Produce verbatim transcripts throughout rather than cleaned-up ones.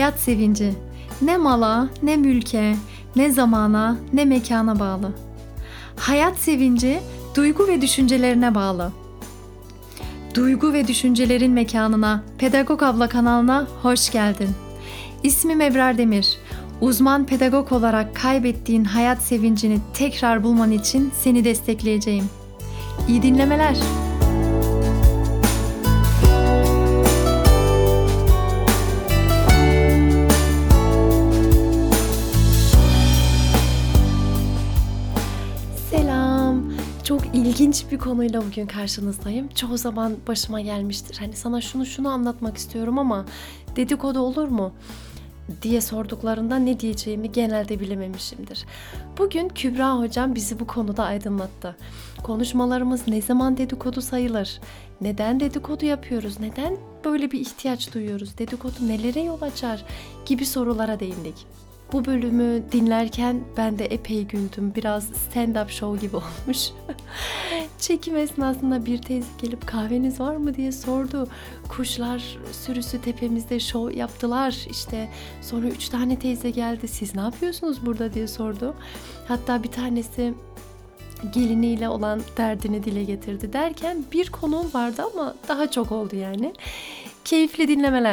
Hayat sevinci ne mala, ne mülke, ne zamana, ne mekana bağlı. Hayat sevinci duygu ve düşüncelerine bağlı. Duygu ve düşüncelerin mekanına, Pedagog Abla kanalına hoş geldin. İsmim Ebrar Demir. Uzman pedagog olarak kaybettiğin hayat sevincini tekrar bulman için seni destekleyeceğim. İyi dinlemeler. Selam. Çok ilginç bir konuyla bugün karşınızdayım. Çoğu zaman başıma gelmiştir. Hani sana şunu şunu anlatmak istiyorum ama dedikodu olur mu diye sorduklarında ne diyeceğimi genelde bilememişimdir. Bugün Kübra hocam bizi bu konuda aydınlattı. Konuşmalarımız ne zaman dedikodu sayılır? Neden dedikodu yapıyoruz? Neden böyle bir ihtiyaç duyuyoruz? Dedikodu nelere yol açar? Gibi sorulara değindik. Bu bölümü dinlerken ben de epey güldüm. Biraz stand-up show gibi olmuş. Çekim esnasında bir teyze gelip kahveniz var mı diye sordu. Kuşlar sürüsü tepemizde show yaptılar. İşte sonra üç tane teyze geldi. Siz ne yapıyorsunuz burada diye sordu. Hatta bir tanesi geliniyle olan derdini dile getirdi derken bir konuğum vardı ama daha çok oldu yani. Keyifli dinlemeler.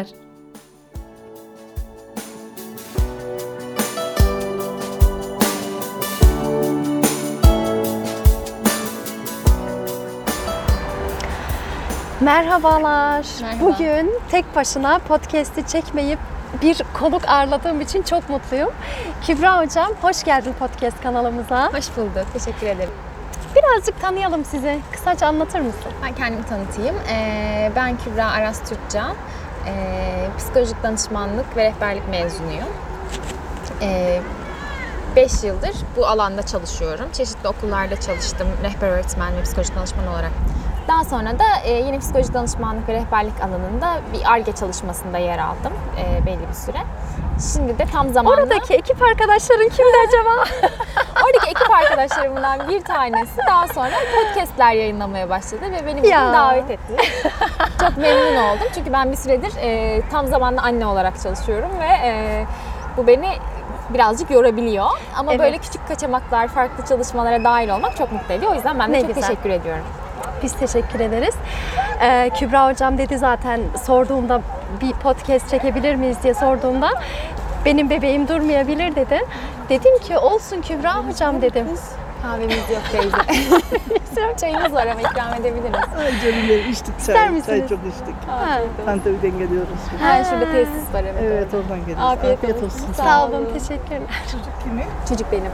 Merhabalar. Merhaba. Bugün tek başına podcast'i çekmeyip bir konuk ağırladığım için çok mutluyum. Kübra hocam, hoş geldin podcast kanalımıza. Hoş bulduk. Teşekkür ederim. Birazcık tanıyalım sizi. Kısaca anlatır mısın? Ben kendimi tanıtayım. Ee, ben Kübra Aras Türkcan. Ee, psikolojik danışmanlık ve rehberlik mezunuyum. Ee, beş yıldır bu alanda çalışıyorum. Çeşitli okullarda çalıştım. Rehber öğretmen ve psikolojik danışman olarak. Daha sonra da e, yine psikolojik danışmanlık ve rehberlik alanında bir Ar-Ge çalışmasında yer aldım e, belli bir süre. Şimdi de tam zamanlı... Oradaki ekip arkadaşların kimdi acaba? Oradaki ekip arkadaşlarımdan bir tanesi daha sonra podcastler yayınlamaya başladı ve beni bugün Ya. davet etti. Çok memnun oldum çünkü ben bir süredir e, tam zamanlı anne olarak çalışıyorum ve e, bu beni birazcık yorabiliyor. Ama Evet. böyle küçük kaçamaklar, farklı çalışmalara dahil olmak çok mutlu ediyor. O yüzden ben de Ne çok güzel. teşekkür ediyorum. Biz teşekkür ederiz. Ee, Kübra hocam dedi zaten sorduğumda bir podcast çekebilir miyiz diye sorduğumda benim bebeğim durmayabilir dedi. Dedim ki olsun Kübra hocam dedim. Kahvemiz yok teyze. Çayımız var ama ikram edebiliriz. Ay canım benim, içtik çay. İster misiniz? Çay çok içtik. Ha. Antalya'dan geliyoruz. Ha, şurada tesis var evet. Evet, oradan geliyoruz. Afiyet olsun. olsun. Sağ Sağ olun. olun, teşekkürler. Çocuk kimi? Çocuk benim.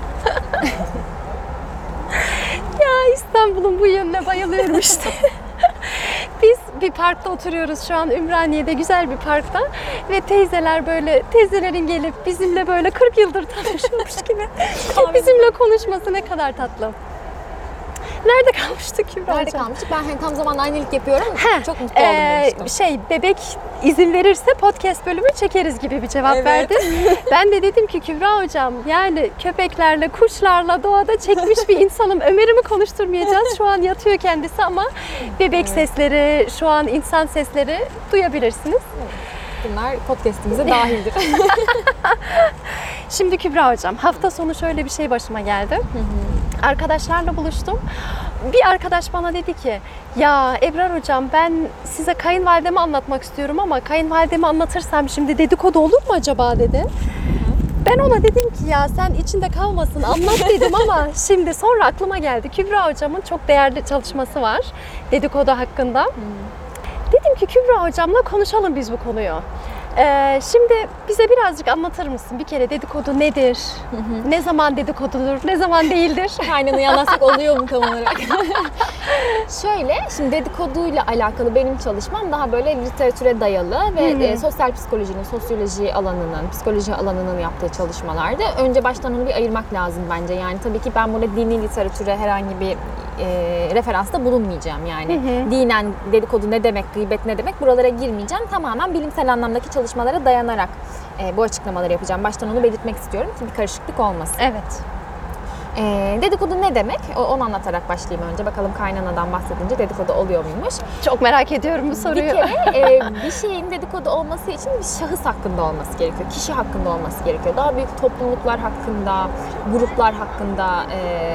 Ya İstanbul'un bu yönüne bayılıyorum işte. Biz bir parkta oturuyoruz şu an Ümraniye'de, güzel bir parkta ve teyzeler böyle, teyzelerin gelip bizimle böyle kırk yıldır tanışıyormuş gibi bizimle konuşması ne kadar tatlı. Nerede kalmıştık Kübra Nerede hocam? kalmıştık? Ben hani tam zamanlı annelik yapıyorum. Heh, Çok mutlu oldum Ee, demiştim. şey bebek izin verirse podcast bölümü çekeriz gibi bir cevap Evet. verdi. Ben de dedim ki Kübra hocam yani köpeklerle, kuşlarla doğada çekmiş bir insanım. Ömer'i mi konuşturmayacağız? Şu an yatıyor kendisi ama bebek sesleri, şu an insan sesleri duyabilirsiniz. Bunlar podcastimize dahildir. Şimdi Kübra hocam hafta sonu şöyle bir şey başıma geldi. Arkadaşlarla buluştum. Bir arkadaş bana dedi ki ya Ebrar hocam ben size kayınvalidemi anlatmak istiyorum ama kayınvalidemi anlatırsam şimdi dedikodu olur mu acaba dedi. Ben ona dedim ki ya sen içinde kalmasın anlat dedim ama şimdi sonra aklıma geldi. Kübra hocamın çok değerli çalışması var dedikodu hakkında. Dedim ki Kübra hocamla konuşalım biz bu konuyu. Ee, şimdi bize birazcık anlatır mısın? Bir kere dedikodu nedir? Hı hı. Ne zaman dedikodudur? Ne zaman değildir? Kaynanayı anlatsak oluyor mu tam olarak? Şöyle, şimdi dedikoduyla alakalı benim çalışmam daha böyle literatüre dayalı ve Hı hı. e, sosyal psikolojinin, sosyoloji alanının, psikoloji alanının yaptığı çalışmalarda önce baştan onu bir ayırmak lazım bence. Yani tabii ki ben burada dini literatüre herhangi bir e, referansta bulunmayacağım. Yani Hı hı. dinen dedikodu ne demek, gıybet ne demek buralara girmeyeceğim. Tamamen bilimsel anlamdaki çalışmalara dayanarak e, bu açıklamaları yapacağım. Baştan onu belirtmek istiyorum ki bir karışıklık olmasın. Evet. E, dedikodu ne demek? O, onu anlatarak başlayayım önce. Bakalım kaynanadan bahsedince dedikodu oluyor muymuş? Çok merak ediyorum bu soruyu. Bir kere e, bir şeyin dedikodu olması için bir şahıs hakkında olması gerekiyor. Kişi hakkında olması gerekiyor. Daha büyük topluluklar hakkında, gruplar hakkında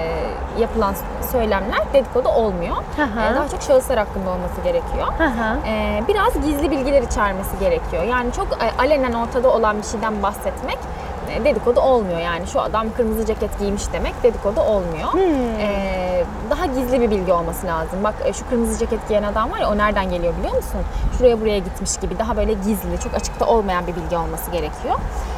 e, yapılan söylemler dedikodu olmuyor. E, daha çok şahıslar hakkında olması gerekiyor. E, biraz gizli bilgiler içermesi gerekiyor. Yani çok e, alenen ortada olan bir şeyden bahsetmek dedikodu olmuyor. Yani şu adam kırmızı ceket giymiş demek dedikodu olmuyor. Hmm. Ee, daha gizli bir bilgi olması lazım. Bak şu kırmızı ceket giyen adam var ya, o nereden geliyor biliyor musun? Şuraya buraya gitmiş gibi daha böyle gizli, çok açıkta olmayan bir bilgi olması gerekiyor.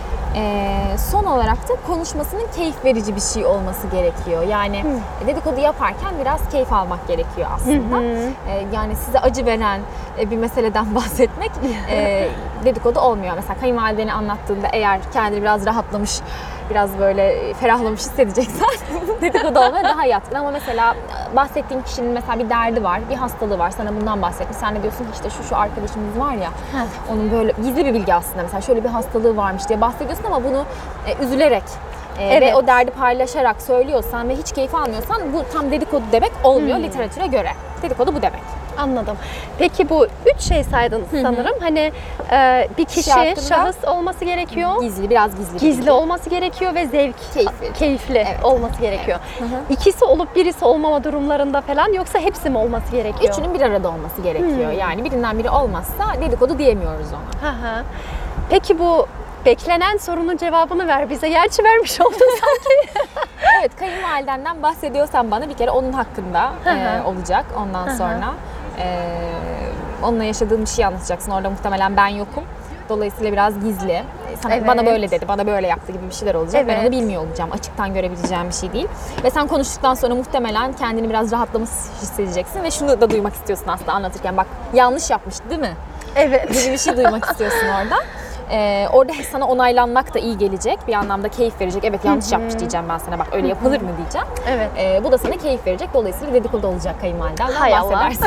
Ee, son olarak da konuşmasının keyif verici bir şey olması gerekiyor. Yani hmm. dedikodu yaparken biraz keyif almak gerekiyor aslında. Hmm. Ee, yani size acı veren bir meseleden bahsetmek e, dedikodu olmuyor. Mesela kayınvalideni anlattığında eğer kendini biraz rahatlamış, biraz böyle ferahlamış hissedeceksen dedikodu olmaya daha yatkın. Ama mesela bahsettiğin kişinin mesela bir derdi var, bir hastalığı var, sana bundan bahsetmiş. Sen de diyorsun ki işte şu şu arkadaşımız var ya, Heh. onun böyle gizli bir bilgi aslında, mesela şöyle bir hastalığı varmış diye bahsediyorsun ama bunu e, üzülerek e, evet. ve o derdi paylaşarak söylüyorsan ve hiç keyif almıyorsan bu tam dedikodu demek olmuyor hmm. literatüre göre. Dedikodu bu demek. Anladım. Peki bu üç şey saydınız sanırım. Hani e, bir kişi, kişi şahıs olması gerekiyor. Gizli, biraz gizli. Gizli bilgi. olması gerekiyor ve zevk, keyifli, keyifli evet. olması gerekiyor. Evet. İkisi olup birisi olmama durumlarında falan, yoksa hepsi mi olması gerekiyor? Üçünün bir arada olması gerekiyor. Hmm. Yani birinden biri olmazsa dedikodu diyemiyoruz ona. Hı hı. Peki bu beklenen sorunun cevabını ver bize. Gerçi vermiş oldun sanki. Evet, kayınvalidenden bahsediyorsan bana bir kere onun hakkında e, olacak. Ondan Hı-hı. sonra e, onunla yaşadığın bir şey anlatacaksın. Orada muhtemelen ben yokum. Dolayısıyla biraz gizli. Sana, evet. Bana böyle dedi, bana böyle yaptı gibi bir şeyler olacak. Evet. Ben onu bilmiyor olacağım. Açıktan görebileceğim bir şey değil. Ve sen konuştuktan sonra muhtemelen kendini biraz rahatlamış hissedeceksin ve şunu da duymak istiyorsun aslında anlatırken. Bak, yanlış yapmış değil mi? Evet. Gibi bir şey duymak istiyorsun orada. Ee, orada sana onaylanmak da iyi gelecek. Bir anlamda keyif verecek. Evet, yanlış Hı-hı. yapmış diyeceğim ben sana. Bak, öyle yapılır mı diyeceğim. Evet. Ee, bu da sana keyif verecek. Dolayısıyla dedikodu olacak kayınvaliden. Bahsedersin.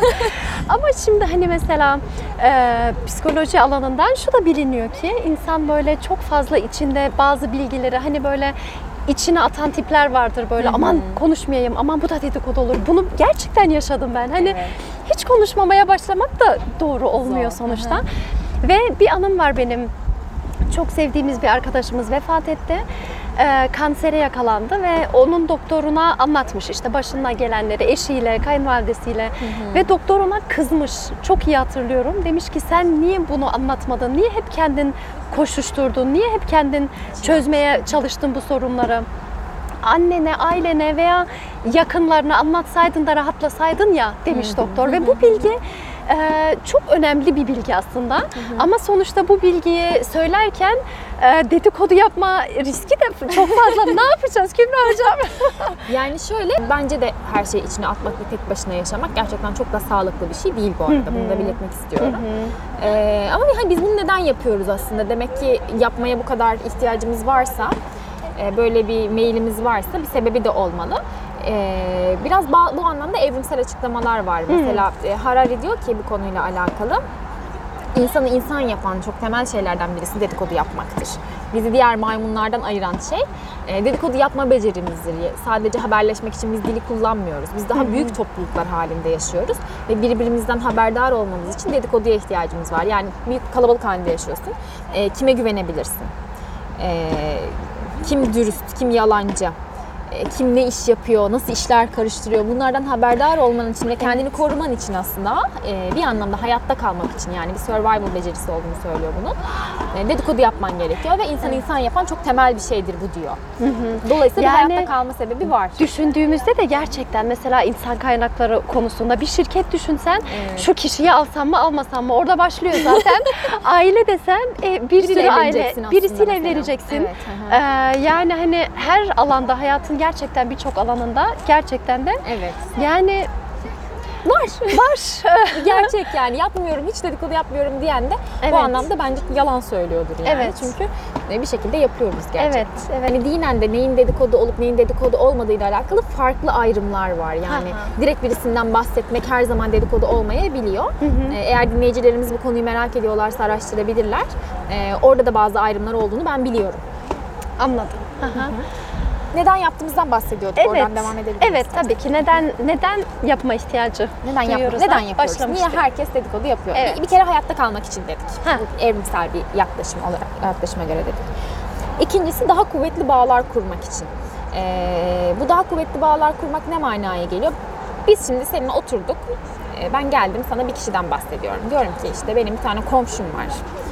Ama şimdi hani mesela e, psikoloji alanından şu da biliniyor ki insan böyle çok fazla içinde bazı bilgileri hani böyle içine atan tipler vardır böyle. Hı-hı. Aman konuşmayayım, aman bu da dedikodu olur. Bunu gerçekten yaşadım ben. Hani evet. hiç konuşmamaya başlamak da doğru olmuyor Zor. sonuçta. Hı-hı. Ve bir anım var benim. Çok sevdiğimiz bir arkadaşımız vefat etti. Ee, kansere yakalandı ve onun doktoruna anlatmış işte başına gelenleri eşiyle, kayınvalidesiyle. Hı hı. Ve doktor ona kızmış. Çok iyi hatırlıyorum. Demiş ki sen niye bunu anlatmadın? Niye hep kendin koşuşturdun? Niye hep kendin çözmeye çalıştın bu sorunları? Annene, ailene veya yakınlarına anlatsaydın da rahatlasaydın ya demiş hı hı. doktor. Hı hı. Ve bu bilgi Ee, çok önemli bir bilgi aslında. Hı hı. Ama sonuçta bu bilgiyi söylerken e, dedikodu yapma riski de çok fazla. Ne yapacağız Kübra Hocam? Yani şöyle, bence de her şeyi içine atmak ve tek başına yaşamak gerçekten çok da sağlıklı bir şey değil bu arada. Hı hı. Bunu da belirtmek istiyorum. Hı hı. Ee, ama yani biz bunu neden yapıyoruz aslında? Demek ki yapmaya bu kadar ihtiyacımız varsa, e, böyle bir meylimiz varsa bir sebebi de olmalı. Ee, biraz bu anlamda evrimsel açıklamalar var. Hmm. Mesela Harari diyor ki bu konuyla alakalı, insanı insan yapan çok temel şeylerden birisi dedikodu yapmaktır. Bizi diğer maymunlardan ayıran şey e, dedikodu yapma becerimizdir. Sadece haberleşmek için biz dili kullanmıyoruz. Biz daha büyük hmm. topluluklar halinde yaşıyoruz ve birbirimizden haberdar olmamız için dedikoduya ihtiyacımız var. Yani büyük kalabalık halinde yaşıyorsun. E, kime güvenebilirsin? E, kim dürüst, kim yalancı? Kim ne iş yapıyor, nasıl işler karıştırıyor, bunlardan haberdar olman için ve kendini koruman için aslında bir anlamda hayatta kalmak için, yani bir survival becerisi olduğunu söylüyor bunu. Dedikodu yapman gerekiyor ve insan insan yapan çok temel bir şeydir bu diyor. Hı hı. Dolayısıyla yani, bir hayatta kalma sebebi var. Düşündüğümüzde de gerçekten mesela insan kaynakları konusunda bir şirket düşünsen, evet. şu kişiyi alsam mı almasam mı, orada başlıyor zaten. Aile desen e, bir sürü aile, birisiyle evleneceksin. Evet, ee, yani hani her alanda, hayatın gerçekten birçok alanında gerçekten de evet. yani var. Var. Gerçek yani. Yapmıyorum, hiç dedikodu yapmıyorum diyen de evet. bu anlamda bence yalan söylüyordur yani. Evet. Çünkü bir şekilde yapıyoruz gerçekten. Evet, evet. Hani dinen de neyin dedikodu olup neyin dedikodu olmadığıyla alakalı farklı ayrımlar var. Yani Aha. direkt birisinden bahsetmek her zaman dedikodu olmayabiliyor. Hı hı. Eğer dinleyicilerimiz bu konuyu merak ediyorlarsa araştırabilirler. Orada da bazı ayrımlar olduğunu ben biliyorum. Anladım. Aha. Hı hı. neden yaptığımızdan bahsediyorduk. Evet. Oradan devam edebiliriz. Evet tabii ki. Neden neden yapma ihtiyacı Neden yapma, duyuyoruz? neden Ha, yapıyoruz? Niye başlamıştık. herkes dedikodu yapıyor? Evet. Bir, bir kere hayatta kalmak için dedik. Ha. Bu evrimsel bir yaklaşım olarak yaklaşıma göre dedik. İkincisi daha kuvvetli bağlar kurmak için. Ee, bu daha kuvvetli bağlar kurmak ne manaya geliyor? Biz şimdi seninle oturduk. Ee, ben geldim sana bir kişiden bahsediyorum. Diyorum ki işte benim bir tane komşum var.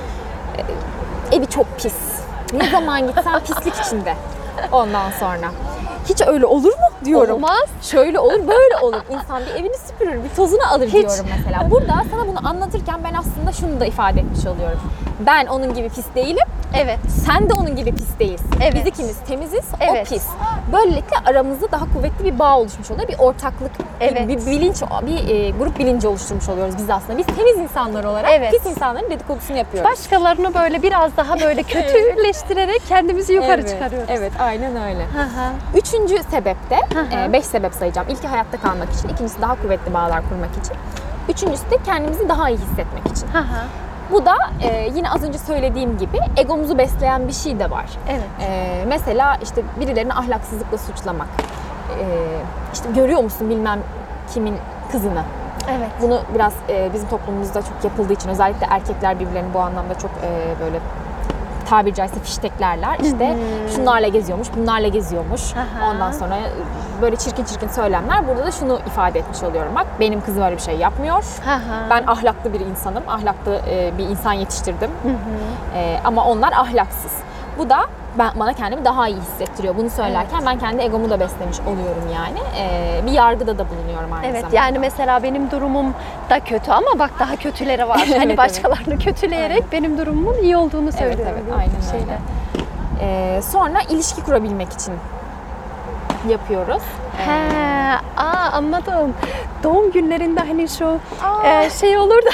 Ee, evi çok pis. Ne zaman gitsem pislik içinde. Ondan sonra. Hiç öyle olur mu diyorum. Olmaz. Şöyle olur, böyle olur. İnsan bir evini süpürür, bir tozunu alır Hiç. diyorum mesela. Burada sana bunu anlatırken ben aslında şunu da ifade etmiş oluyorum. Ben onun gibi pis değilim. Evet. Sen de onun gibi pis değilsin. Evet. Biz ikimiz temiziz, Evet. o pis. Böylelikle aramızda daha kuvvetli bir bağ oluşmuş oluyor. Bir ortaklık, Evet. bir, bir bilinç, bir e, grup bilinci oluşturmuş oluyoruz biz aslında. Biz temiz insanlar olarak Evet. pis insanların dedikodusunu yapıyoruz. Başkalarını böyle biraz daha böyle kötüleştirerek kendimizi yukarı evet, çıkarıyoruz. Evet, aynen öyle. Hı hı. Üçüncü sebep de, hı. e, beş sebep sayacağım. İlki hayatta kalmak için, ikincisi daha kuvvetli bağlar kurmak için. Üçüncüsü de kendimizi daha iyi hissetmek için. Hı hı. Bu da e, yine az önce söylediğim gibi egomuzu besleyen bir şey de var. Evet. E, mesela işte birilerini ahlaksızlıkla suçlamak. E, işte görüyor musun bilmem kimin kızını. Evet. Bunu biraz e, bizim toplumumuzda çok yapıldığı için özellikle erkekler birbirlerini bu anlamda çok e, böyle tabiri caizse fişteklerler. İşte şunlarla geziyormuş, bunlarla geziyormuş. Aha. Ondan sonra böyle çirkin çirkin söylemler. Burada da şunu ifade etmiş oluyorum. Bak benim kızım öyle bir şey yapmıyor. Hı hı. Ben ahlaklı bir insanım. Ahlaklı e, bir insan yetiştirdim. E, ama onlar ahlaksız. Bu da ben bana kendimi daha iyi hissettiriyor. Bunu söylerken Evet. ben kendi egomu da beslemiş oluyorum yani. E, bir yargıda da bulunuyorum aynı Evet zamanda. yani mesela benim durumum da kötü ama bak daha kötüleri var. Evet, Hani başkalarını kötüleyerek Aynen. benim durumumun iyi olduğunu söylüyorum. Evet, evet, gibi aynen bir şeyle. öyle. E, sonra ilişki kurabilmek için yapıyoruz. He, aa anladım. Doğum günlerinde hani şu Aa. e, şey olur da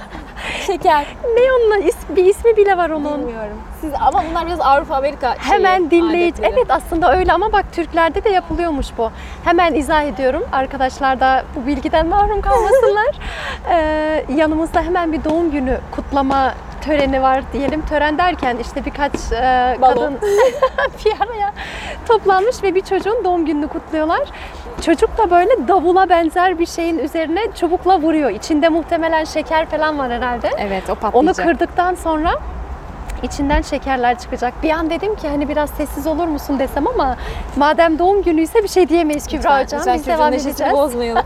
Şeker. ne onun is- bir ismi bile var onun. Bilmiyorum. Siz ama bunlar biraz Avrupa Amerika şeyi, Hemen dinleyici. adetleri. Evet aslında öyle ama bak Türklerde de yapılıyormuş bu. Hemen izah ediyorum. Arkadaşlar da bu bilgiden mahrum kalmasınlar. ee, yanımızda hemen bir doğum günü kutlama töreni var diyelim. Tören derken işte birkaç e, Balon. kadın bir araya toplanmış ve bir çocuğun doğum gününü kutluyorlar. Çocuk da böyle davula benzer bir şeyin üzerine çubukla vuruyor. İçinde muhtemelen şeker falan var herhalde. Evet, o Onu patlayacak. kırdıktan sonra içinden şekerler çıkacak. Bir an dedim ki hani biraz sessiz olur musun desem ama madem doğum günüyse bir şey diyemeyiz Kübra Lütfen, Hocam. lütfen Biz çocuğun devam neşesini edeceğiz. bozmayalım.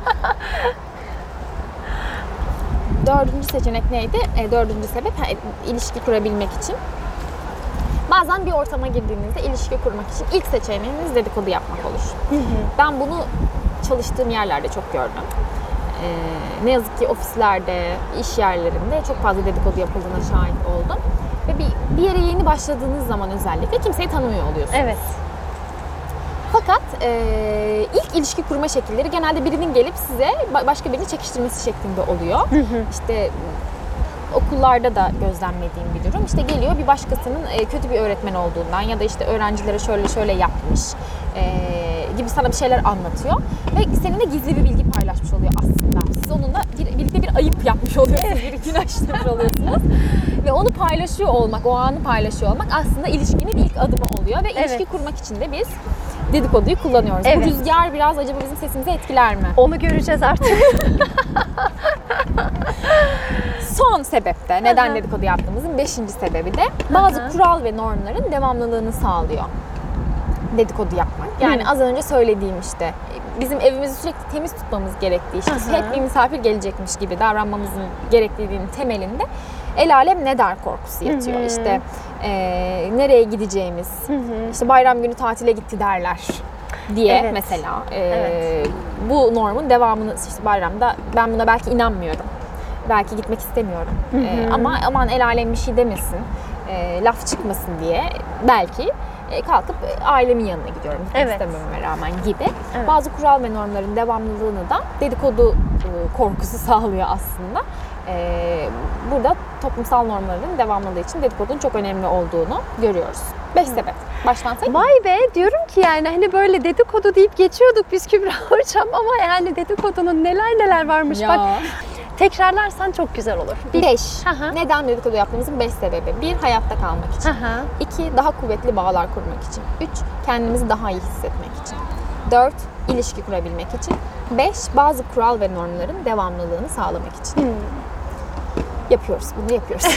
Dördüncü seçenek neydi? E, dördüncü sebep ha, ilişki kurabilmek için. Bazen bir ortama girdiğinizde ilişki kurmak için ilk seçeneğiniz dedikodu yapmak olur. Hı hı. Ben bunu çalıştığım yerlerde çok gördüm. Ee, ne yazık ki ofislerde, iş yerlerinde çok fazla dedikodu yapıldığına şahit oldum. Ve bir, bir yere yeni başladığınız zaman özellikle kimseyi tanımıyor oluyorsunuz. Evet. Fakat e, ilk ilişki kurma şekilleri genelde birinin gelip size ba- başka birini çekiştirmesi şeklinde oluyor. Hı hı. İşte okullarda da gözlemlediğim bir durum. İşte geliyor bir başkasının e, kötü bir öğretmen olduğundan ya da işte öğrencilere şöyle şöyle yapmış e, gibi sana bir şeyler anlatıyor. Ve seninle gizli bir bilgi paylaşmış oluyor aslında. Siz onunla bir, birlikte bir ayıp yapmış oluyorsunuz, bir günah işlemiş oluyorsunuz. Ve onu paylaşıyor olmak, o anı paylaşıyor olmak aslında ilişkinin ilk adımı oluyor. Ve ilişki Evet. kurmak için de biz dedikoduyu kullanıyoruz. Evet. Bu rüzgar biraz acaba bizim sesimizi etkiler mi? Onu göreceğiz artık. Son sebep de neden Hı hı. dedikodu yaptığımızın beşinci sebebi de bazı Hı hı. kural ve normların devamlılığını sağlıyor. Dedikodu yapmak. Yani Hı. az önce söylediğim işte bizim evimizi sürekli temiz tutmamız gerektiği, işte Hı hı. hep bir misafir gelecekmiş gibi davranmamızın gerektiğinin temelinde el alem ne der korkusu yatıyor. Hı hı. İşte e, nereye gideceğimiz, Hı hı. işte bayram günü tatile gitti derler diye Evet. mesela. E, Evet. Bu normun devamını işte bayramda ben buna belki inanmıyorum. Belki gitmek istemiyorum. Hı hı. Ee, ama aman el alem bir şey demesin, e, laf çıkmasın diye belki e, kalkıp e, ailemin yanına gidiyorum. Gitmek Evet. istemememe rağmen gibi. Evet. Bazı kural ve normların devamlılığını da dedikodu e, korkusu sağlıyor aslında. E, burada toplumsal normların devamlılığı için dedikodunun çok önemli olduğunu görüyoruz. Beş sebep. Baştan sayayım mı? Vay be diyorum ki yani hani böyle dedikodu deyip geçiyorduk biz Kübra Hocam ama yani dedikodunun neler neler varmış. Ya. Bak Tekrarlarsan çok güzel olur. Bir- Beş. Hı hı. Neden dedikodu yaptığımızın beş sebebi. Bir, hayatta kalmak için. Hı hı. İki, daha kuvvetli bağlar kurmak için. Üç, kendimizi daha iyi hissetmek için. Dört, ilişki kurabilmek için. Beş, bazı kural ve normların devamlılığını sağlamak için. Hmm. Yapıyoruz, bunu yapıyoruz.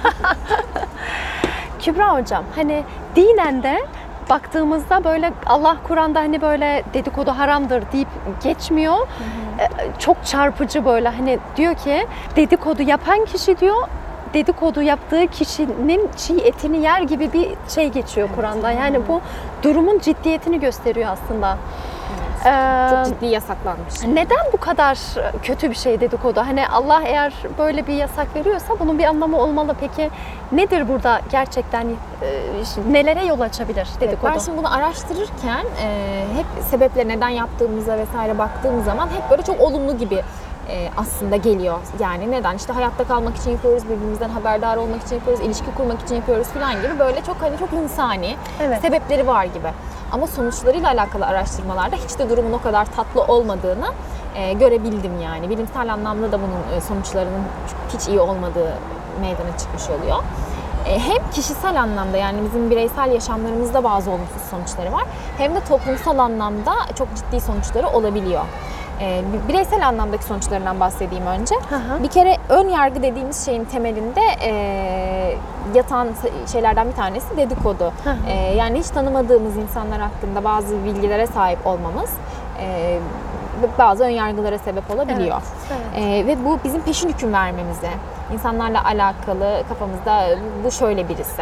Kübra hocam, hani dinen de baktığımızda böyle Allah Kur'an'da hani böyle dedikodu haramdır deyip geçmiyor. Ee, Çok çarpıcı böyle hani diyor ki dedikodu yapan kişi diyor dedikodu yaptığı kişinin çiğ etini yer gibi bir şey geçiyor Kur'an'da. Yani bu durumun ciddiyetini gösteriyor aslında. Ee, Çok ciddi yasaklanmış. Neden bu kadar kötü bir şey dedikodu? Hani Allah eğer böyle bir yasak veriyorsa bunun bir anlamı olmalı. Peki nedir burada gerçekten e, nelere yol açabilir dedikodu? Ben şimdi bunu araştırırken e, hep sebepleri neden yaptığımıza vesaire baktığım zaman hep böyle çok olumlu gibi e, aslında geliyor. Yani neden? İşte hayatta kalmak için yapıyoruz, birbirimizden haberdar olmak için yapıyoruz, ilişki kurmak için yapıyoruz falan gibi böyle çok hani çok insani Evet. sebepleri var gibi. Ama sonuçlarıyla alakalı araştırmalarda hiç de durumun o kadar tatlı olmadığını e, görebildim yani. Bilimsel anlamda da bunun e, sonuçlarının hiç iyi olmadığı meydana çıkmış oluyor. E, hem kişisel anlamda yani bizim bireysel yaşamlarımızda bazı olumsuz sonuçları var. Hem de toplumsal anlamda çok ciddi sonuçları olabiliyor. E, bireysel anlamdaki sonuçlarından bahsedeyim önce. Hı hı. Bir kere ön yargı dediğimiz şeyin temelinde e, yatan şeylerden bir tanesi dedikodu. Hı hı. E, yani hiç tanımadığımız insanlar hakkında bazı bilgilere sahip olmamız e, bazı ön yargılara sebep olabiliyor. Evet, evet. E, ve bu bizim peşin hüküm vermemize, insanlarla alakalı kafamızda bu şöyle birisi.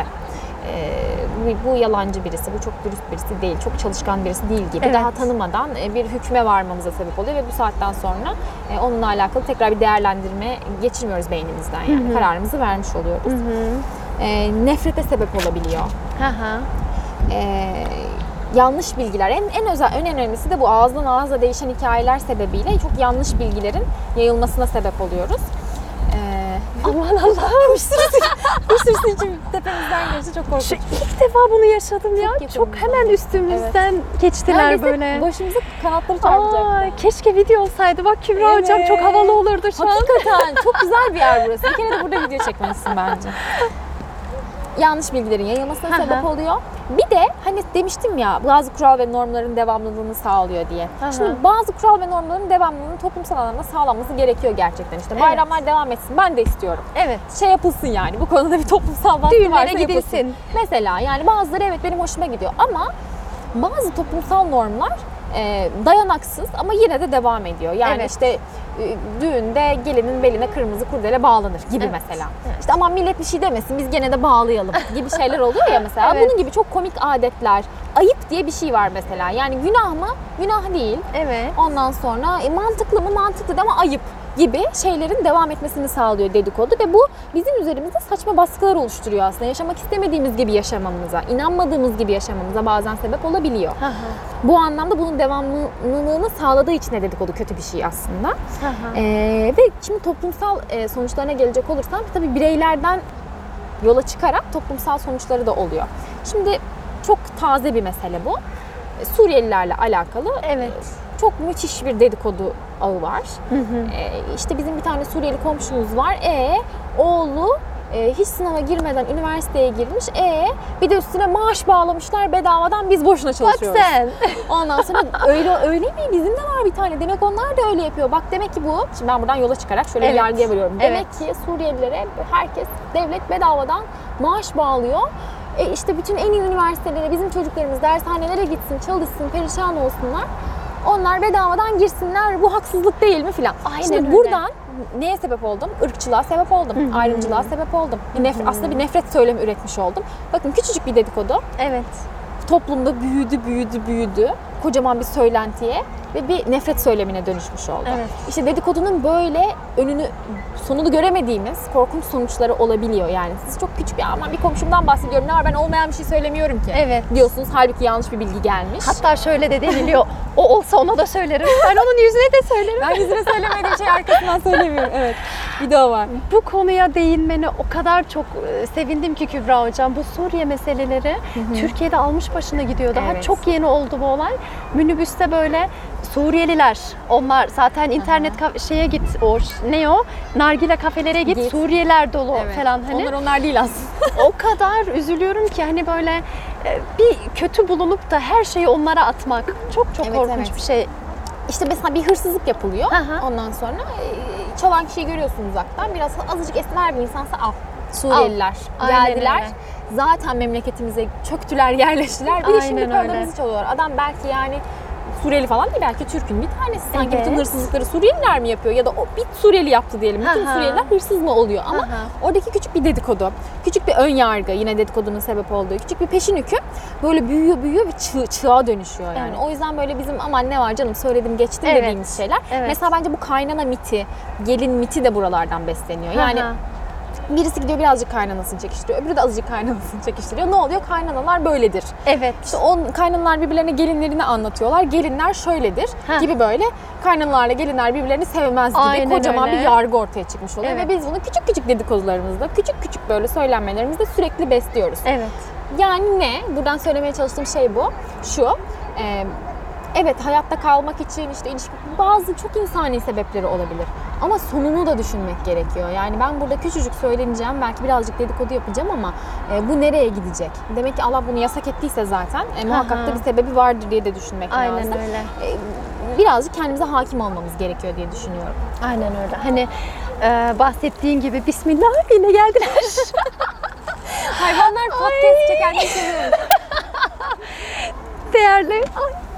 Ee, bu yalancı birisi, bu çok dürüst birisi değil, çok çalışkan birisi değil gibi Evet. daha tanımadan bir hükme varmamıza sebep oluyor ve bu saatten sonra onunla alakalı tekrar bir değerlendirme geçirmiyoruz beynimizden yani. Hı hı. Kararımızı vermiş oluyoruz. Hı hı. Ee, nefrete sebep olabiliyor. Hı hı. Ee, yanlış bilgiler, en en özel, en önemlisi de bu ağızdan ağza değişen hikayeler sebebiyle çok yanlış bilgilerin yayılmasına sebep oluyoruz. Aman Allah'ım. Bir sürüsü, bir sürüsü için tepemizden geçti, çok korkunç. Şu ilk defa bunu yaşadım ya. Çok Çok, yakınımızda. hemen üstümüzden geçtiler Neredeyse böyle. başımıza kanatları çarpacaktı. Aa, keşke video olsaydı. Bak Kübra hocam çok havalı olurdu şu an. Hakikaten çok güzel bir yer burası. Bir kere de burada video çekmelisin bence. Yanlış bilgilerin yayılmasına Hı hı. sebep oluyor. Bir de hani demiştim ya bazı kural ve normların devamlılığını sağlıyor diye. Hı hı. Şimdi bazı kural ve normların devamlılığının toplumsal anlamda sağlanması gerekiyor gerçekten. İşte Evet. bayramlar devam etsin. Ben de istiyorum. Evet. Şey yapılsın yani. Bu konuda bir toplumsal baskı Düğünlere varsa gidilsin. yapılsın. Mesela yani bazıları evet benim hoşuma gidiyor ama bazı toplumsal normlar e, dayanaksız ama yine de devam ediyor. Yani Evet. işte e, düğünde gelinin beline kırmızı kurdele bağlanır gibi Evet. mesela. Evet. İşte aman millet bir şey demesin biz gene de bağlayalım gibi şeyler oluyor ya mesela. Evet. Bunun gibi çok komik adetler, ayıp diye bir şey var mesela. Yani günah mı? Günah değil. Evet. Ondan sonra e, mantıklı mı? Mantıklı ama ayıp gibi şeylerin devam etmesini sağlıyor dedikodu ve bu bizim üzerimizde saçma baskılar oluşturuyor aslında. Yaşamak istemediğimiz gibi yaşamamıza, inanmadığımız gibi yaşamamıza bazen sebep olabiliyor. Hı hı. Bu anlamda bunun devamlılığını sağladığı için de dedikodu kötü bir şey aslında. Hı hı. Ee, ve şimdi toplumsal e, sonuçlarına gelecek olursam tabii bireylerden yola çıkarak toplumsal sonuçları da oluyor. Şimdi çok taze bir mesele bu. E, Suriyelilerle alakalı Evet. e, çok müthiş bir dedikodu ağı var. Hı hı. E, işte bizim bir tane Suriyeli komşumuz var. E oğlu e, hiç sınava girmeden üniversiteye girmiş. E bir de üstüne maaş bağlamışlar bedavadan biz boşuna Bak çalışıyoruz. sen. Ondan sonra öyle öyle mi? Bizim de var bir tane. Demek onlar da öyle yapıyor. Bak demek ki bu. Şimdi ben buradan yola çıkarak şöyle Evet. bir yargıya varıyorum. Demek Evet. ki Suriyelilere herkes devlet bedavadan maaş bağlıyor. E işte bütün en iyi üniversitelere bizim çocuklarımız dershanelere gitsin, çalışsın, perişan olsunlar. Onlar bedavadan girsinler. Bu haksızlık değil mi filan. Aynen Şimdi öyle. buradan neye sebep oldum? Irkçılığa sebep oldum. Hı hı. Ayrımcılığa sebep oldum. Bir nef- aslında bir nefret söylemi üretmiş oldum. Bakın küçücük bir dedikodu Evet. toplumda büyüdü, büyüdü, büyüdü. Kocaman bir söylentiye ve bir nefret söylemine dönüşmüş oldu. Evet. İşte dedikodunun böyle önünü, sonunu göremediğimiz korkunç sonuçları olabiliyor yani. Siz çok küçük bir aman bir komşumdan bahsediyorum. Ne var ben olmayan bir şey söylemiyorum ki. Evet. Diyorsunuz halbuki yanlış bir bilgi gelmiş. Hatta şöyle de deniliyor. O olsa ona da söylerim. Ben onun yüzüne de söylerim. Ben yüzüne söylemediğim şey arkasından söylemiyorum. Evet. Bir de o var. Bu konuya değinmene o kadar çok e, sevindim ki Kübra hocam. Bu Suriye meseleleri Türkiye'de almış başına gidiyor. Daha Evet. çok yeni oldu bu olay. minibüste böyle Suriyeliler, onlar zaten internet ka- şeye git, o ne o? Nargile kafelere git, Git. Suriyeliler dolu Evet. falan hani. Onlar onlar değil aslında. O kadar üzülüyorum ki hani böyle e, bir kötü bulunup da her şeyi onlara atmak çok çok Evet, korkunç evet. bir şey. İşte mesela bir hırsızlık yapılıyor. Hı hı. Ondan sonra e, çalan kişiyi görüyorsun uzaktan. Biraz azıcık esmer bir insansa al. Suriyeliler Aynen geldiler. öyle. Zaten memleketimize çöktüler, yerleştiler. Bir de şimdi Aynen öyle. paramızı çalıyorlar. Adam belki yani Suriyeli falan değil, belki Türk'ün bir tanesi. Sanki Evet. bütün hırsızlıkları Suriyeliler mi yapıyor? Ya da o bir Suriyeli yaptı diyelim. Bütün Hı hı. Suriyeliler hırsız mı oluyor? Ama Hı hı. oradaki küçük bir dedikodu, küçük bir ön yargı, yine dedikodunun sebep olduğu küçük bir peşin hüküm böyle büyüyor büyüyor ve çığ, çığa dönüşüyor yani. Evet. O yüzden böyle bizim aman ne var canım söyledim geçtim Evet. dediğimiz şeyler. Evet. Mesela bence bu kaynana miti, gelin miti de buralardan besleniyor. Yani Hı hı. birisi gidiyor birazcık kaynanasını çekiştiriyor, öbürü de azıcık kaynanasını çekiştiriyor. Ne oluyor? Kaynanalar böyledir. Evet. İşte on kaynanalar birbirlerine gelinlerini anlatıyorlar. Gelinler şöyledir Heh. gibi böyle kaynanalarla gelinler birbirlerini sevmez gibi Aynen kocaman öyle. bir yargı ortaya çıkmış oluyor. Evet. Ve biz bunu küçük küçük dedikodularımızda, küçük küçük böyle söylenmelerimizde sürekli besliyoruz. Evet. Yani ne? Buradan söylemeye çalıştığım şey bu. Şu. e, evet hayatta kalmak için işte ilişki bazı çok insani sebepleri olabilir. Ama sonunu da düşünmek gerekiyor. Yani ben burada küçücük söyleneceğim, belki birazcık dedikodu yapacağım ama e, bu nereye gidecek? Demek ki Allah bunu yasak ettiyse zaten e, muhakkak da bir sebebi vardır diye de düşünmek Aynen lazım. öyle. E, birazcık kendimize hakim olmamız gerekiyor diye düşünüyorum. Aynen öyle. Hani e, bahsettiğin gibi bismillah yine geldiler. Hayvanlar podcast çekenleri seviyorum. Değerli. Ay,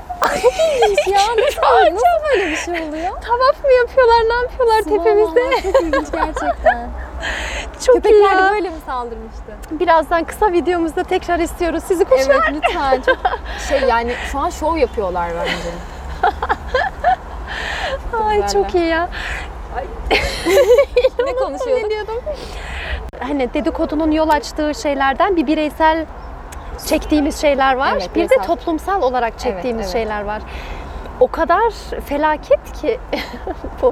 Ya nasıl, nasıl böyle bir şey oluyor? tavaf mı yapıyorlar, ne yapıyorlar tepemizde? Vallahi çok ilginç gerçekten. Çok iyi Köpekler de ya. böyle mi saldırmıştı? Birazdan kısa videomuzda tekrar istiyoruz sizi kuşlar. Evet lütfen. Çok şey yani şu an şov yapıyorlar bence. Ay güzeller. çok iyi ya. Ne konuşuyorduk? Hani dedikodunun yol açtığı şeylerden bir bireysel çektiğimiz şeyler var. Evet, bir de bireysel. toplumsal olarak çektiğimiz evet. şeyler var. O kadar felaket ki bu.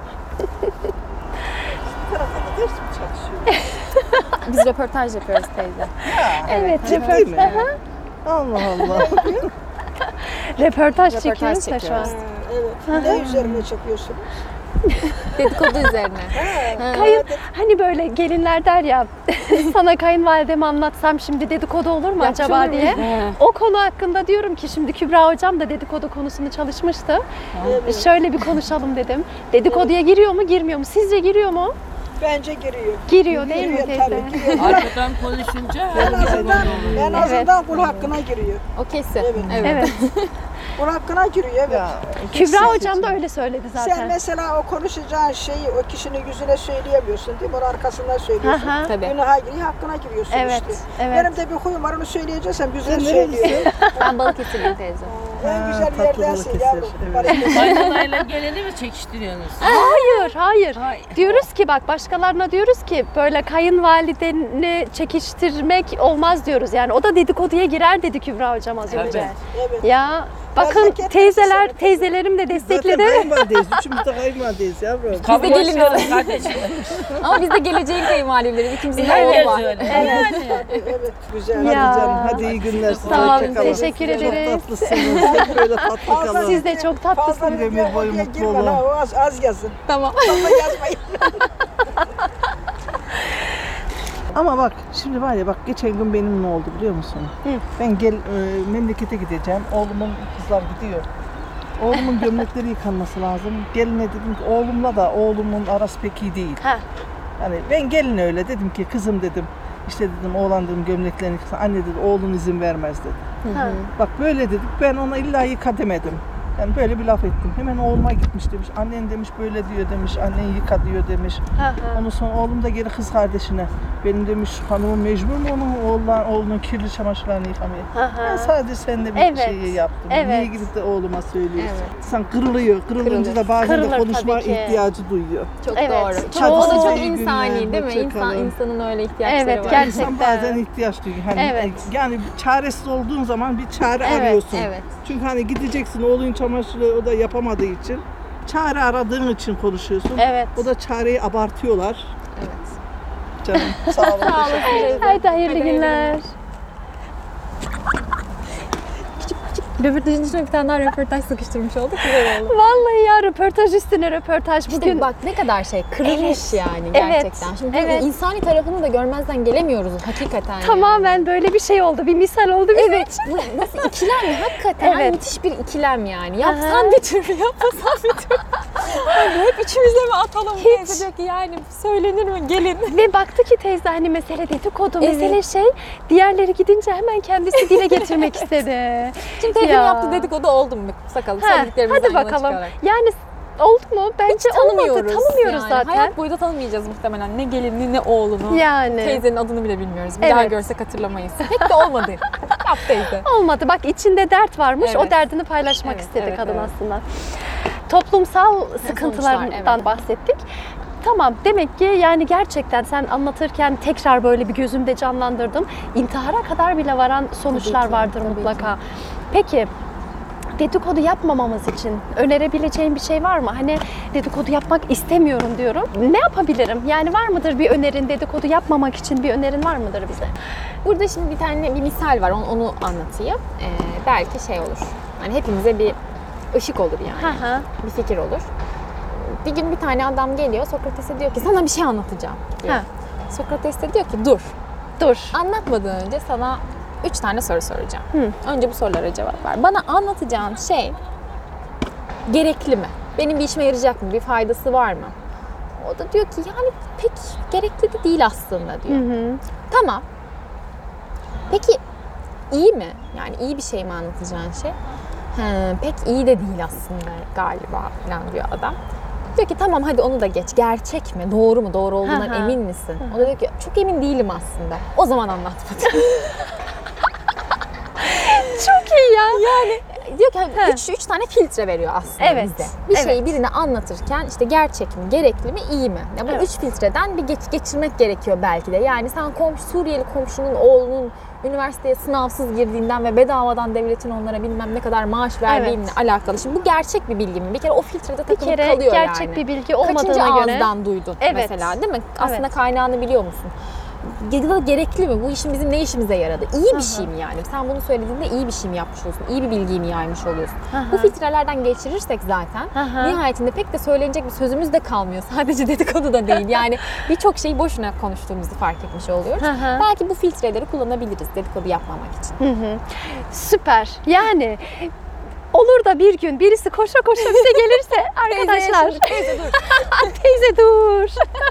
Bu tarafa da ders mi çalışıyor? Biz röportaj yapıyoruz teyze. Evet, Ciddi röportaj, mi? Allah Allah. röportaj Röportaj çekiyoruz da şu an. çekiyoruz. Evet. Ne üzerine çekiyorsunuz? Dedikodu üzerine. Kayın, hani böyle gelinler der ya sana kayınvalidemi anlatsam şimdi dedikodu olur mu acaba diye. He. O konu hakkında diyorum ki şimdi Kübra hocam da dedikodu konusunu çalışmıştı. Evet. Şöyle bir konuşalım dedim. Dedikoduya giriyor mu girmiyor mu? Sizce giriyor mu? Bence giriyor. Giriyor değil mi Giriyor teyze? tabii, giriyor. Arkadan konuşunca En azından, en Evet. azından kul hakkına giriyor. O kesin. Evet. Evet. Kul hakkına giriyor evet. Kübra hocam da öyle söyledi Sen zaten. mesela o konuşacağın şeyi o kişinin yüzüne söyleyemiyorsun değil mi? Onun arkasından söylüyorsun. Aha. Tabii. Günaha giriyor, hakkına giriyorsun Evet, işte. evet. Benim de bir huyum var onu söyleyeceksen güzel söylüyorum. Ben Balıkesirliyim teyze. En güzel tatlı yerdensin Balıkesir, yavrum. evet. Balıkesir. kaynanayla geleni mi çekiştiriyorsunuz? Hayır, hayır. Hayır. Diyoruz ki bak başkalarına diyoruz ki böyle kayınvalideni çekiştirmek olmaz diyoruz. Yani o da dedikoduya girer dedi Kübra hocam az Tabii. önce. Evet. Ya bakın Felaket teyzeler, mesele. teyzelerim de Zaten destekledi. kayınvalideyiz. Üçümüz de kayınvalideyiz yavrum. Kabul gelin etmiyoruz kardeşim. Ama biz de geleceğin kayınvalideleriz. İkimizin de Herkes oğlu var. öyle. Evet. Güzel. Hadi Ya. canım hadi iyi günler size. Sağ olun, Hoşça kalın. teşekkür ederiz. Çok tatlısınız. Hep böyle tatlı Fazla- kalın. Siz de çok tatlısınız. Fazla Bir ömür boyu videoya mutlu girme olun. ha, o az, az yazın. Tamam. Fazla yazmayın. Ama bak şimdi var ya bak geçen gün benim ne oldu biliyor musun? Ben gel e, memlekete gideceğim. Oğlumun kızlar gidiyor. Oğlumun gömlekleri yıkanması lazım. Geline dedim ki oğlumla da oğlumun arası pek iyi değil. Ha. Hani ben gelin öyle dedim ki kızım dedim. İşte dedim oğlan dedim gömleklerini yıkasın. Anne dedi oğlun izin vermez dedi. Ha. Bak böyle dedik ben ona illa yıka demedim. Yani böyle bir laf ettim. Hemen oğluma gitmiş demiş. Annen demiş böyle diyor demiş. Annen yıka diyor demiş. Ha, ha. Ondan sonra oğlum da geri kız kardeşine. Benim demiş hanımım mecbur mu onun oğlan, oğlunun kirli çamaşırlarını yıkamaya? Ha, ha. Ben sadece seninle bir Evet, şeyi yaptım. evet. Niye gidip de oğluma söylüyorsun? Evet. İnsan kırılıyor. Kırılınca Kırılır. da bazen Kırılır de konuşma tabii ki. ihtiyacı duyuyor. Çok Evet. doğru. Çok Çok, o da doğru. çok İyi insani günler, değil mi? hoşça İnsan, kalın. insanın öyle ihtiyaçları Evet, var. gerçekten. İnsan bazen ihtiyaç duyuyor. Hani Evet. yani çaresiz olduğun zaman bir çare Evet, arıyorsun. evet. Çünkü hani gideceksin oğlun çamaşırı o da yapamadığı için çare aradığın için konuşuyorsun. Evet. O da çareyi abartıyorlar. Evet. Canım sağ olun. Sağ olun teyze. Haydi hayırlı Hadi günler. Röportajın içine bir tane daha röportaj sıkıştırmış olduk. Güzel oldu. Vallahi ya röportaj üstüne röportaj. İşte Bugün bak ne kadar şey kırılmış Evet. yani Evet. gerçekten. Şimdi Evet. bu insani tarafını da görmezden gelemiyoruz hakikaten. yani. tamamen böyle bir şey oldu. Bir misal oldu. bizim Evet. Bu nasıl ikilem ya? Hakikaten Evet. müthiş bir ikilem yani. Aha. Yapsan bir türlü, yapmasan bir türlü. Abi hep içimize mi atalım? Hiç. Teyze diyor ki yani söylenir mi? Gelin. Ve baktı ki teyze hani mesele dedikodu, Evet. mesele şey. Diğerleri gidince hemen kendisi dile getirmek istedi. Şimdi teyzenin Ya. yaptığı dedikodu oldu mu? Sakalım Ha, sevdiklerimizden hadi yola bakalım. çıkarak. Yani oldu mu? Bence Hiç tanımıyoruz. olmadı. Tanımıyoruz yani. zaten. Hayat boyu da tanımayacağız muhtemelen. Ne gelinini ne oğlunu. Yani. Teyzenin adını bile bilmiyoruz. Bir Evet. daha görsek hatırlamayız. Pek de olmadı. Yap teyze. Olmadı. Bak içinde dert varmış. Evet. O derdini paylaşmak Evet, istedi evet, kadın evet. aslında. Toplumsal sıkıntılardan evet. bahsettik. Tamam, demek ki yani gerçekten sen anlatırken tekrar böyle bir gözümde canlandırdım. İntihara kadar bile varan sonuçlar Tabii ki, vardır tabii mutlaka. Peki dedikodu yapmamamız için önerebileceğin bir şey var mı? Hani dedikodu yapmak istemiyorum diyorum. Ne yapabilirim? Yani var mıdır bir önerin, dedikodu yapmamak için bir önerin var mıdır bize? Burada şimdi bir tane bir misal var. Onu, onu anlatayım. Ee, belki şey olur. Hani hepimize bir ışık olur yani. Hı hı. Bir fikir olur. Bir gün bir tane adam geliyor. Sokrates'e diyor ki sana bir şey anlatacağım diyor. Ha. Sokrates de diyor ki dur. Dur. Anlatmadan önce sana üç tane soru soracağım. Hı. Önce bu sorulara cevap ver. Bana anlatacağın şey gerekli mi? Benim bir işime yarayacak mı? Bir faydası var mı? O da diyor ki yani pek gerekli de değil aslında diyor. Hı hı. Tamam. Peki iyi mi? Yani iyi bir şey mi anlatacağın şey? He, pek iyi de değil aslında galiba falan diyor adam. Diyor ki tamam hadi onu da geç. Gerçek mi? Doğru mu? Doğru olduğundan Hı hı. emin misin? O da diyor ki çok emin değilim aslında. O zaman anlatma diyor. Çok iyi ya. Yani diyor ki He. üç, üç tane filtre veriyor aslında Evet, bize. Bir evet. şeyi birine anlatırken işte gerçek mi, gerekli mi, iyi mi? Ya bu Evet. üç filtreden bir geç, geçirmek gerekiyor belki de. Yani sen komşu, Suriyeli komşunun oğlunun üniversiteye sınavsız girdiğinden ve bedavadan devletin onlara bilmem ne kadar maaş verdiğinle Evet. alakalı. Şimdi bu gerçek bir bilgi mi? Bir kere o filtrede Bir takılıp kere kalıyor gerçek yani. bir bilgi olmadığına Kaçıncı göre. ağızdan duydun Evet. mesela değil mi? Aslında Evet. kaynağını biliyor musun? Ya da gerekli mi? Bu işin bizim ne işimize yaradı? İyi Hı hı. bir şey mi yani? Sen bunu söylediğinde iyi bir şey mi yapmış oluyorsun? İyi bir bilgiyi mi yaymış oluyorsun? Hı hı. Bu filtrelerden geçirirsek zaten Hı hı. nihayetinde pek de söylenecek bir sözümüz de kalmıyor. Sadece dedikodu da değil. Yani birçok şeyi boşuna konuştuğumuzu fark etmiş oluyoruz. Hı hı. Belki bu filtreleri kullanabiliriz dedikodu yapmamak için. Hı hı. Süper. Yani olur da bir gün birisi koşa koşa bize gelirse arkadaşlar. Teyze dur. Teyze dur.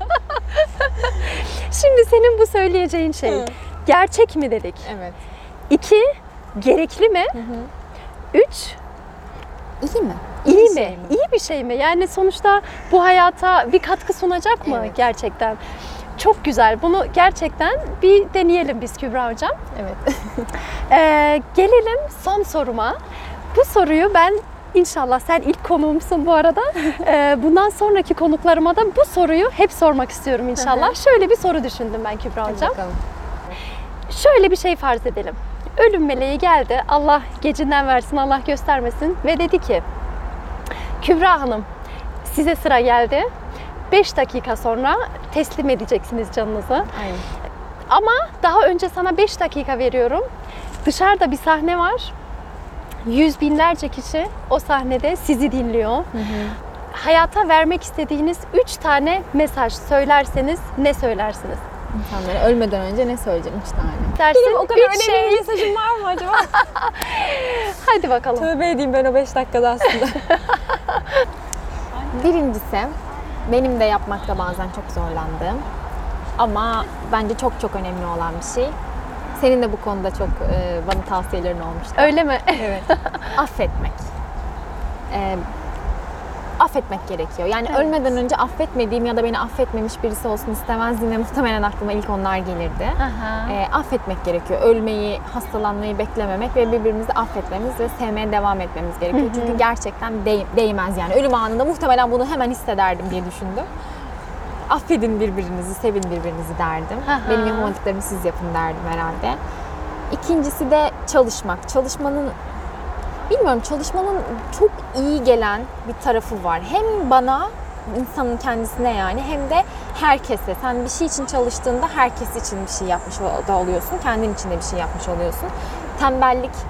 Şimdi senin bu söyleyeceğin şey Hı. gerçek mi dedik? Evet. İki, gerekli mi? Üç, İyi mi? iyi, bir mi? şey mi? İyi bir şey mi? Yani sonuçta bu hayata bir katkı sunacak mı Evet. gerçekten? Çok güzel. Bunu gerçekten bir deneyelim biz Kübra Hocam. Evet. Ee, gelelim son soruma. Bu soruyu ben inşallah sen ilk konuğumsun bu arada. Ee, bundan sonraki konuklarıma da bu soruyu hep sormak istiyorum inşallah. Şöyle bir soru düşündüm ben Kübra Hadi Hocam. bakalım. Şöyle bir şey farz edelim. Ölüm meleği geldi. Allah gecinden versin, Allah göstermesin ve dedi ki Kübra Hanım size sıra geldi. beş dakika sonra teslim edeceksiniz canınızı. Aynen. Ama daha önce sana beş dakika veriyorum. Dışarıda bir sahne var. Yüz binlerce kişi o sahnede sizi dinliyor. Hayata vermek istediğiniz üç tane mesaj söylerseniz ne söylersiniz? İnsanlara ölmeden önce ne söyleyeceğim? Üç tane. Dersin, Benim o kadar üç önemli şey. bir mesajım var mı acaba? Hadi bakalım. Tövbe edeyim ben o beş dakikada aslında. Birincisi, benim de yapmakta bazen çok zorlandığım ama bence çok çok önemli olan bir şey. Senin de bu konuda çok e, bana tavsiyelerin olmuştu. Öyle mi? Evet. Affetmek. E, affetmek gerekiyor. Yani Evet. ölmeden önce affetmediğim ya da beni affetmemiş birisi olsun istemezdim ve muhtemelen aklıma ilk onlar gelirdi. Aha. E, affetmek gerekiyor. Ölmeyi, hastalanmayı beklememek ve birbirimizi affetmemiz ve sevmeye devam etmemiz gerekiyor. Hı hı. Çünkü gerçekten değ- değmez yani. Ölüm anında muhtemelen bunu hemen hissederdim diye düşündüm. Affedin birbirinizi, sevin birbirinizi derdim. Hı hı. Benim yapamadıklarımı siz yapın derdim herhalde. İkincisi de çalışmak. Çalışmanın, bilmiyorum çalışmanın çok iyi gelen bir tarafı var. Hem bana, insanın kendisine yani hem de herkese. Sen bir şey için çalıştığında herkes için bir şey yapmış da oluyorsun. Kendin için de bir şey yapmış oluyorsun. Tembellik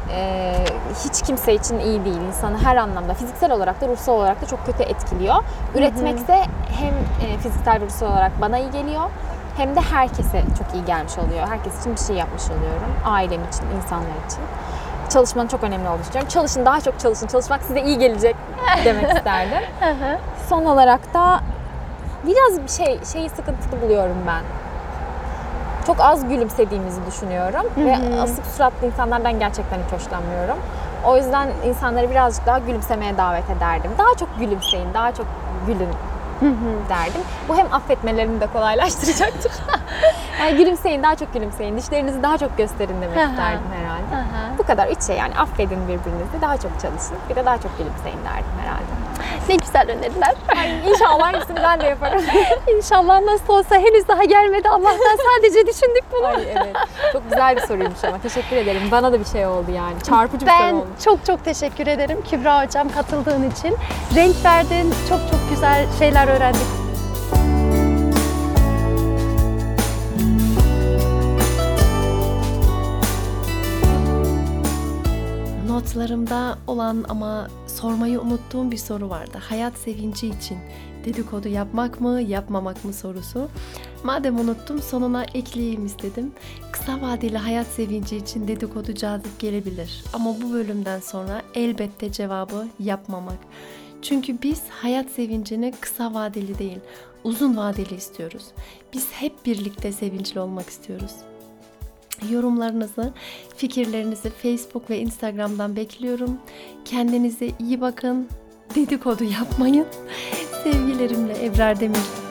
e, hiç kimse için iyi değil. İnsanı her anlamda, fiziksel olarak da ruhsal olarak da çok kötü etkiliyor. Üretmekse hem e, fiziksel ve ruhsal olarak bana iyi geliyor, hem de herkese çok iyi gelmiş oluyor. Herkes için bir şey yapmış oluyorum. Ailem için, insanlar için. Çalışmanın çok önemli olduğunu düşünüyorum. Çalışın, daha çok çalışın. Çalışmak size iyi gelecek demek isterdim. Son olarak da biraz bir şey şeyi sıkıntılı buluyorum ben. Çok az gülümsediğimizi düşünüyorum ve asık suratlı insanlardan gerçekten hiç hoşlanmıyorum. O yüzden insanları birazcık daha gülümsemeye davet ederdim. Daha çok gülümseyin, daha çok gülün derdim. Bu hem affetmelerini de kolaylaştıracaktır. Yani gülümseyin, daha çok gülümseyin, dişlerinizi daha çok gösterin demek isterdim herhalde. Bu kadar üç şey, yani affedin birbirinizi, daha çok çalışın, bir de daha çok gülümseyin derdim herhalde. Ne güzel öneriler. Ay, İnşallah hepsini ben de yaparım. İnşallah nasıl olsa henüz daha gelmedi. Allah'tan sadece düşündük bunu. Ay, evet. Çok güzel bir soruymuş ama teşekkür ederim. Bana da bir şey oldu yani. Çarpıcı bir Ben soru oldu. çok çok teşekkür ederim Kübra Hocam katıldığın için. Renk verdin, çok çok güzel şeyler öğrendik. Notlarımda olan ama sormayı unuttuğum bir soru vardı. Hayat sevinci için dedikodu yapmak mı, yapmamak mı sorusu. Madem unuttum, sonuna ekleyeyim istedim. Kısa vadeli hayat sevinci için dedikodu cazip gelebilir. Ama bu bölümden sonra elbette cevabı yapmamak. Çünkü biz hayat sevincini kısa vadeli değil, uzun vadeli istiyoruz. Biz hep birlikte sevinçli olmak istiyoruz. Yorumlarınızı, fikirlerinizi Facebook ve Instagram'dan bekliyorum. Kendinize iyi bakın. Dedikodu yapmayın. Sevgilerimle Ebrar Demir.